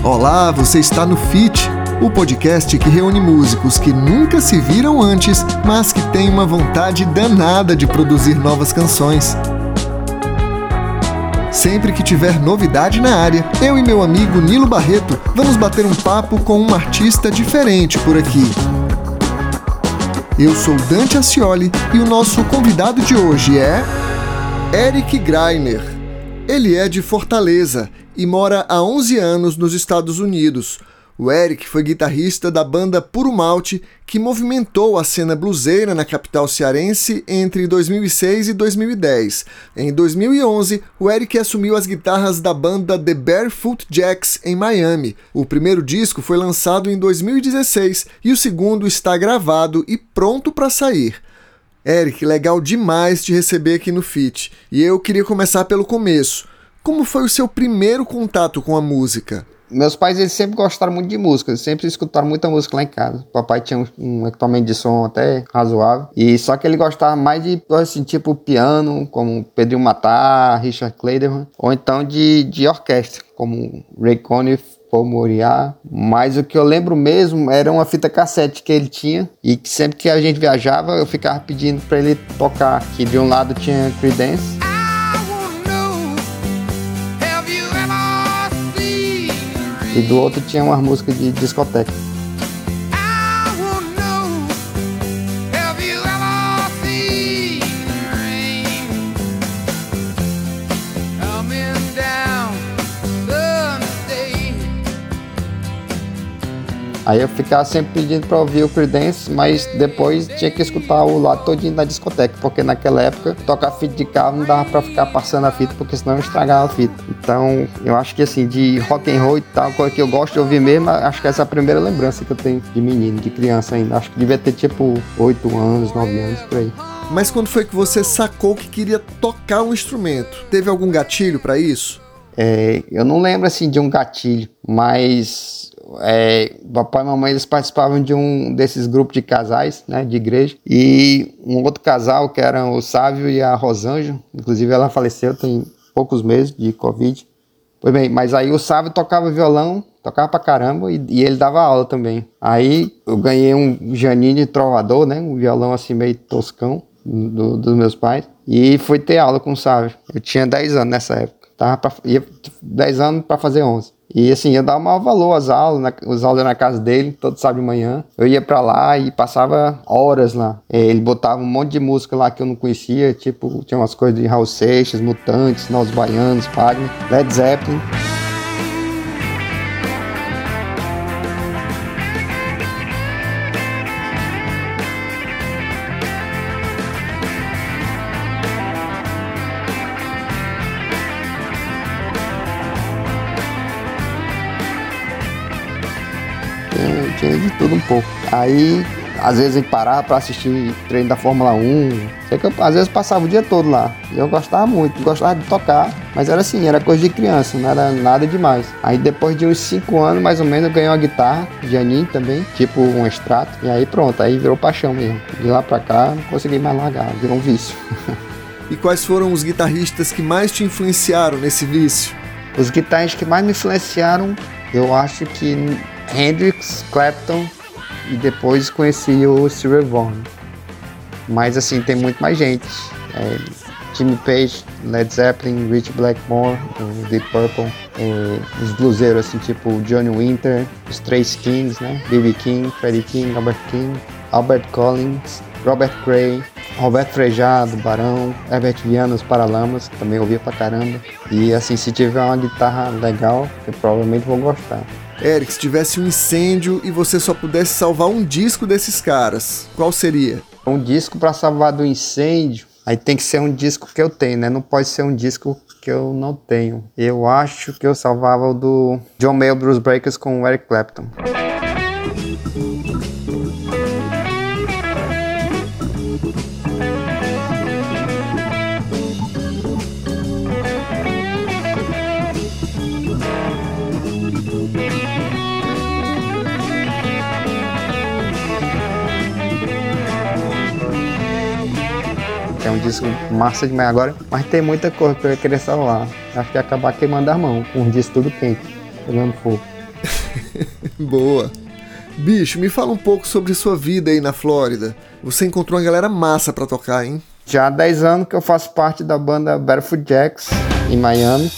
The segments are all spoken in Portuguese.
Olá, você está no Fit, o podcast que reúne músicos que nunca se viram antes, mas que têm uma vontade danada de produzir novas canções. Sempre que tiver novidade na área, eu e meu amigo Nilo Barreto vamos bater um papo com um artista diferente por aqui. Eu sou Dante Ascioli e o nosso convidado de hoje é Eric Greiner. Ele é de Fortaleza e mora há 11 anos nos Estados Unidos. O Eric foi guitarrista da banda Puro Malte, que movimentou a cena bluseira na capital cearense entre 2006 e 2010. Em 2011, o Eric assumiu as guitarras da banda The Barefoot Jacks em Miami. O primeiro disco foi lançado em 2016 e o segundo está gravado e pronto para sair. Eric, legal demais te receber aqui no Fit. E eu queria começar pelo começo. Como foi o seu primeiro contato com a música? Meus pais, eles sempre gostaram muito de música, eles sempre escutaram muita música lá em casa. O papai tinha um equipamento de som até razoável, e só que ele gostava mais de, assim, tipo piano, como Pedrinho Matar, Richard Clayderman, ou então de orquestra, como Ray Conniff, Paul Moriarty. Mas o que eu lembro mesmo era uma fita cassete que ele tinha, e que sempre que a gente viajava, eu ficava pedindo pra ele tocar, que de um lado tinha Creedence, e do outro tinha umas músicas de discoteca. Aí eu ficava sempre pedindo pra ouvir o Creedence, mas depois tinha que escutar o lado todinho da discoteca, porque naquela época tocar fita de carro não dava pra ficar passando a fita, porque senão eu estragava a fita. Então eu acho que assim, de rock and roll e tal, coisa que eu gosto de ouvir mesmo, acho que essa é a primeira lembrança que eu tenho de menino, de criança ainda. Acho que devia ter tipo 8 anos, 9 anos, por aí. Mas quando foi que você sacou que queria tocar um instrumento? Teve algum gatilho pra isso? Eu não lembro assim de um gatilho, mas papai e mamãe, eles participavam de um desses grupos de casais, né, de igreja, e um outro casal que eram o Sávio e a Rosângela, inclusive ela faleceu tem poucos meses de Covid. Pois bem, mas aí o Sávio tocava violão, tocava pra caramba, e ele dava aula também. Aí eu ganhei um Janine Trovador, né, um violão assim meio toscão dos meus pais, e fui ter aula com o Sávio. Eu tinha 10 anos nessa época, ia 10 anos para fazer 11. E assim, eu dava maior valor às aulas, as aulas na casa dele, todo sábado de manhã. Eu ia pra lá e passava horas lá. Ele botava um monte de música lá que eu não conhecia, tipo, tinha umas coisas de Raul Seixas, Mutantes, Novos Baianos, Wagner, Led Zeppelin. Tinha de tudo um pouco. Aí, às vezes, eu parava pra assistir treino da Fórmula 1. Sei que eu, às vezes, passava o dia todo lá. E eu gostava muito, gostava de tocar. Mas era assim, era coisa de criança, não era nada demais. Aí, depois de uns 5 anos, mais ou menos, eu ganhei uma guitarra, Janine também, tipo um extrato. E aí, pronto, aí virou paixão mesmo. De lá pra cá, não consegui mais largar, virou um vício. E quais foram os guitarristas que mais te influenciaram nesse vício? Os guitarristas que mais me influenciaram, eu acho que Hendrix, Clapton, e depois conheci o Stevie Vaughan. Mas assim, tem muito mais gente. Jimmy Page, Led Zeppelin, Rich Blackmore, o Deep Purple, os bluseiros assim, tipo Johnny Winter, os Trace Kings, né? B.B. King, Freddie King, Albert Collins, Robert Cray, Roberto Frejá, do Barão, Herbert Viana, os Paralamas, também ouvia pra caramba. E assim, se tiver uma guitarra legal, eu provavelmente vou gostar. Eric, se tivesse um incêndio e você só pudesse salvar um disco desses caras, qual seria? Um disco para salvar do incêndio, aí tem que ser um disco que eu tenho, né? Não pode ser um disco que eu não tenho. Eu acho que eu salvava o do John Mayall Blues Breakers com o Eric Clapton. É um disco massa demais agora, mas tem muita coisa pra eu querer salvar. Acho que ia acabar queimando as mãos, com um disco tudo quente, pegando fogo. Boa. Bicho, me fala um pouco sobre sua vida aí na Flórida. Você encontrou uma galera massa pra tocar, hein? Já há 10 anos que eu faço parte da banda Barefoot Jacks, em Miami.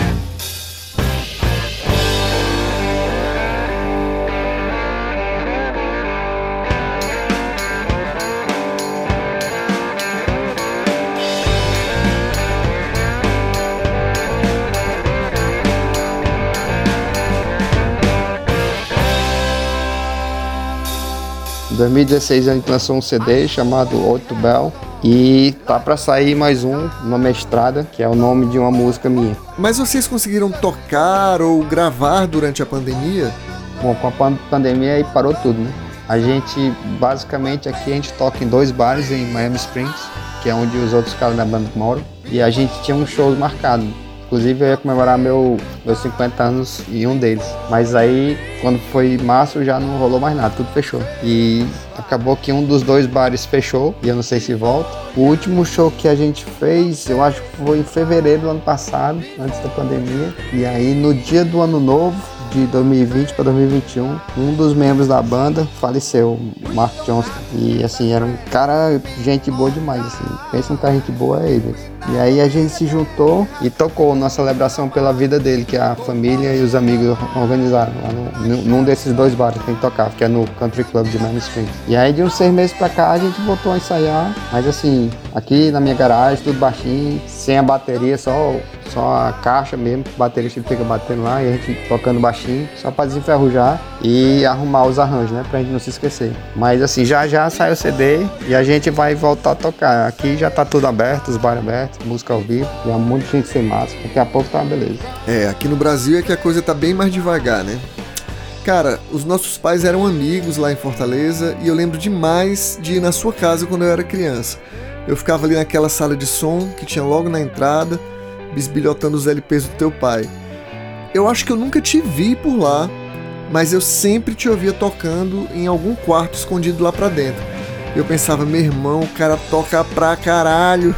Em 2016 a gente lançou um CD chamado Ode to Bell e tá pra sair mais uma mestrada, que é o nome de uma música minha. Mas vocês conseguiram tocar ou gravar durante a pandemia? Bom, com a pandemia aí parou tudo, né? A gente, basicamente, aqui a gente toca em 2 bares em Miami Springs, que é onde os outros caras da banda moram, e a gente tinha um show marcado. Inclusive eu ia comemorar meus 50 anos em um deles. Mas aí, quando foi março, já não rolou mais nada, tudo fechou. E acabou que um dos 2 bares fechou, e eu não sei se volta. O último show que a gente fez, eu acho que foi em fevereiro do ano passado, antes da pandemia. E aí, no dia do ano novo, de 2020 para 2021, um dos membros da banda faleceu, o Mark Johnston. E assim, era um cara, gente boa demais, assim. Pensa um cara gente boa, é ele. E aí a gente se juntou e tocou na celebração pela vida dele, que a família e os amigos organizaram lá num desses 2 bares que a gente tocava, que é no Country Club de Miami Springs. E aí de uns 6 meses pra cá a gente voltou a ensaiar, mas assim, aqui na minha garagem, tudo baixinho, sem a bateria, só a caixa mesmo, o baterista fica batendo lá e a gente tocando baixinho, só pra desenferrujar e arrumar os arranjos, né, pra gente não se esquecer. Mas assim, já sai o CD e a gente vai voltar a tocar. Aqui já tá tudo aberto, os bares abertos, música ao vivo, e há um monte de gente sem máscara, daqui a pouco tá uma beleza. Aqui no Brasil é que a coisa tá bem mais devagar, né? Cara, os nossos pais eram amigos lá em Fortaleza e eu lembro demais de ir na sua casa quando eu era criança. Eu ficava ali naquela sala de som que tinha logo na entrada, bisbilhotando os LPs do teu pai. Eu acho que eu nunca te vi por lá, mas eu sempre te ouvia tocando em algum quarto escondido lá pra dentro. Eu pensava, meu irmão, o cara toca pra caralho.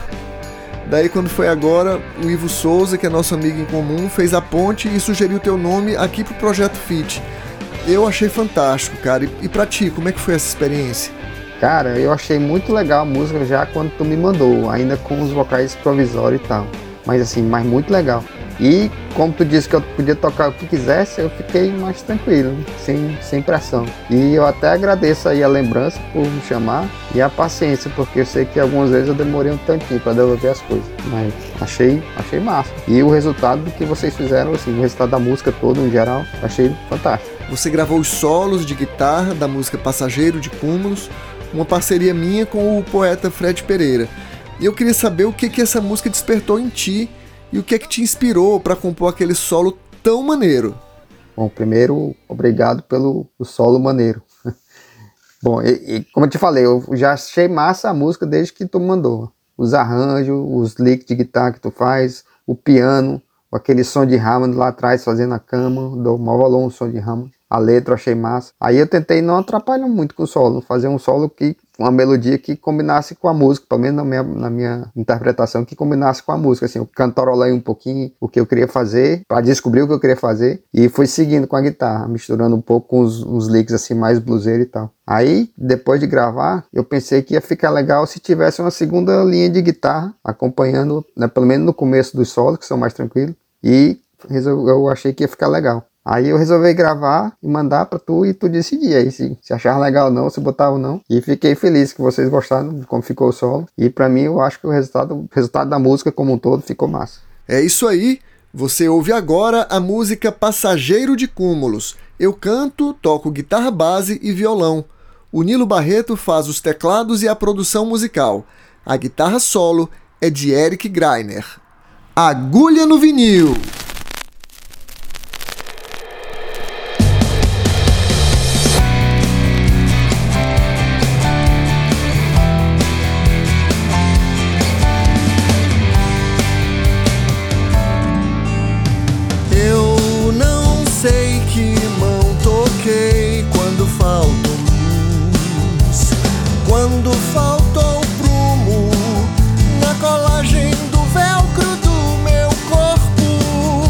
Daí quando foi agora, o Ivo Souza, que é nosso amigo em comum, fez a ponte e sugeriu teu nome aqui pro Projeto Fit. Eu achei fantástico, cara. E pra ti, como é que foi essa experiência? Cara, eu achei muito legal a música já quando tu me mandou, ainda com os vocais provisórios e tal. Mas assim, muito legal. E como tu disse que eu podia tocar o que quisesse, eu fiquei mais tranquilo, sem pressão. E eu até agradeço aí a lembrança por me chamar e a paciência, porque eu sei que algumas vezes eu demorei um tantinho para devolver as coisas. Mas achei massa. E o resultado do que vocês fizeram, assim, o resultado da música toda em geral, achei fantástico. Você gravou os solos de guitarra da música Passageiro de Cúmulos, uma parceria minha com o poeta Fred Pereira. E eu queria saber o que essa música despertou em ti e o que é que te inspirou para compor aquele solo tão maneiro. Bom, primeiro, obrigado pelo solo maneiro. Bom, e como eu te falei, eu já achei massa a música desde que tu mandou. Os arranjos, os licks de guitarra que tu faz, o piano, aquele som de Hammond lá atrás fazendo a cama, dou maior valor no som de Hammond. A letra eu achei massa. Aí eu tentei não atrapalhar muito com o solo, fazer um solo que uma melodia que combinasse com a música, pelo menos na minha interpretação, que combinasse com a música, assim, eu cantarolei um pouquinho o que eu queria fazer, para descobrir o que eu queria fazer, e fui seguindo com a guitarra, misturando um pouco com uns licks assim, mais bluseiro e tal. Aí, depois de gravar, eu pensei que ia ficar legal se tivesse uma segunda linha de guitarra, acompanhando, né, pelo menos no começo dos solos, que são mais tranquilos, e eu achei que ia ficar legal. Aí eu resolvi gravar e mandar pra tu e tu decidir aí se achava legal ou não, se botava ou não. E fiquei feliz que vocês gostaram de como ficou o solo. E pra mim eu acho que o resultado da música como um todo ficou massa. É isso aí. Você ouve agora a música Passageiro de Cúmulos. Eu canto, toco guitarra base e violão. O Nilo Barreto faz os teclados e a produção musical. A guitarra solo é de Eric Greiner. Agulha no vinil! Sei que mão toquei quando faltou luz, quando faltou prumo na colagem do velcro do meu corpo.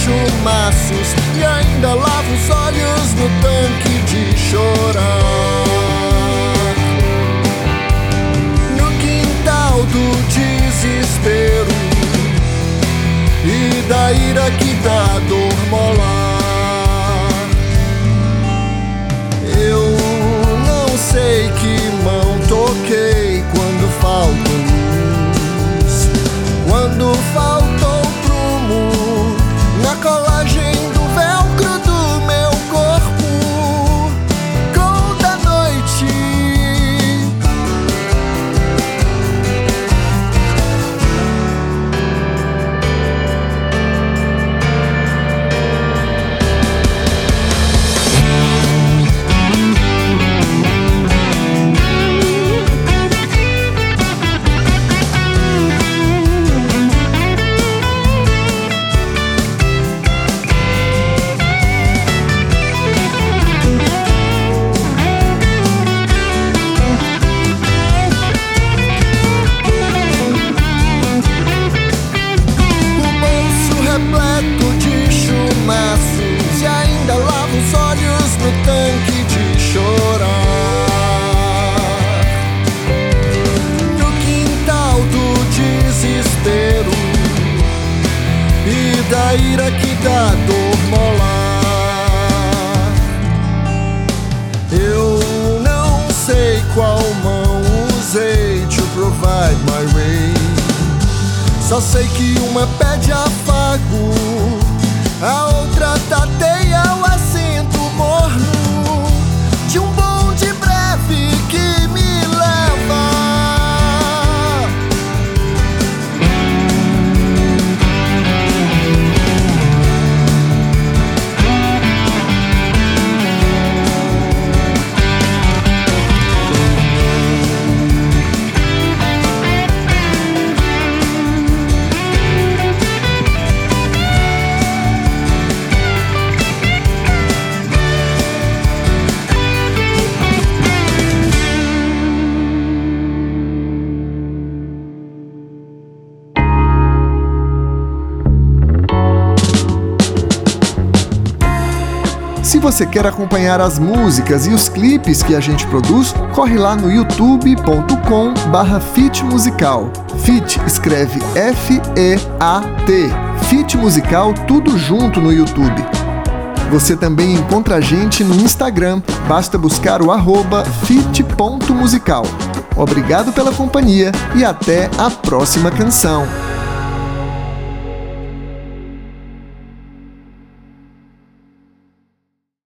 chumaços e ainda lavo os olhos no tanque de chorar. No quintal do desespero e da ira que dá dor molar. Eu não sei que mão toquei quando faltou luz, quando faltou prumo na colagem do velcro do meu corpo. Cor da noite, e ainda lavo os olhos no tanque de chorar. No quintal do desespero e da ira que dá dor molar. Eu não sei qual mão usei to provide my way. Só sei que uma pede afago, a outra tateia o assento morno de um bonde breve que me leva. Se você quer acompanhar as músicas e os clipes que a gente produz, corre lá no youtube.com/Fit Musical. Fit escreve F-E-A-T. Fit Musical, tudo junto no YouTube. Você também encontra a gente no Instagram, basta buscar o @fit.musical. Obrigado pela companhia e até a próxima canção.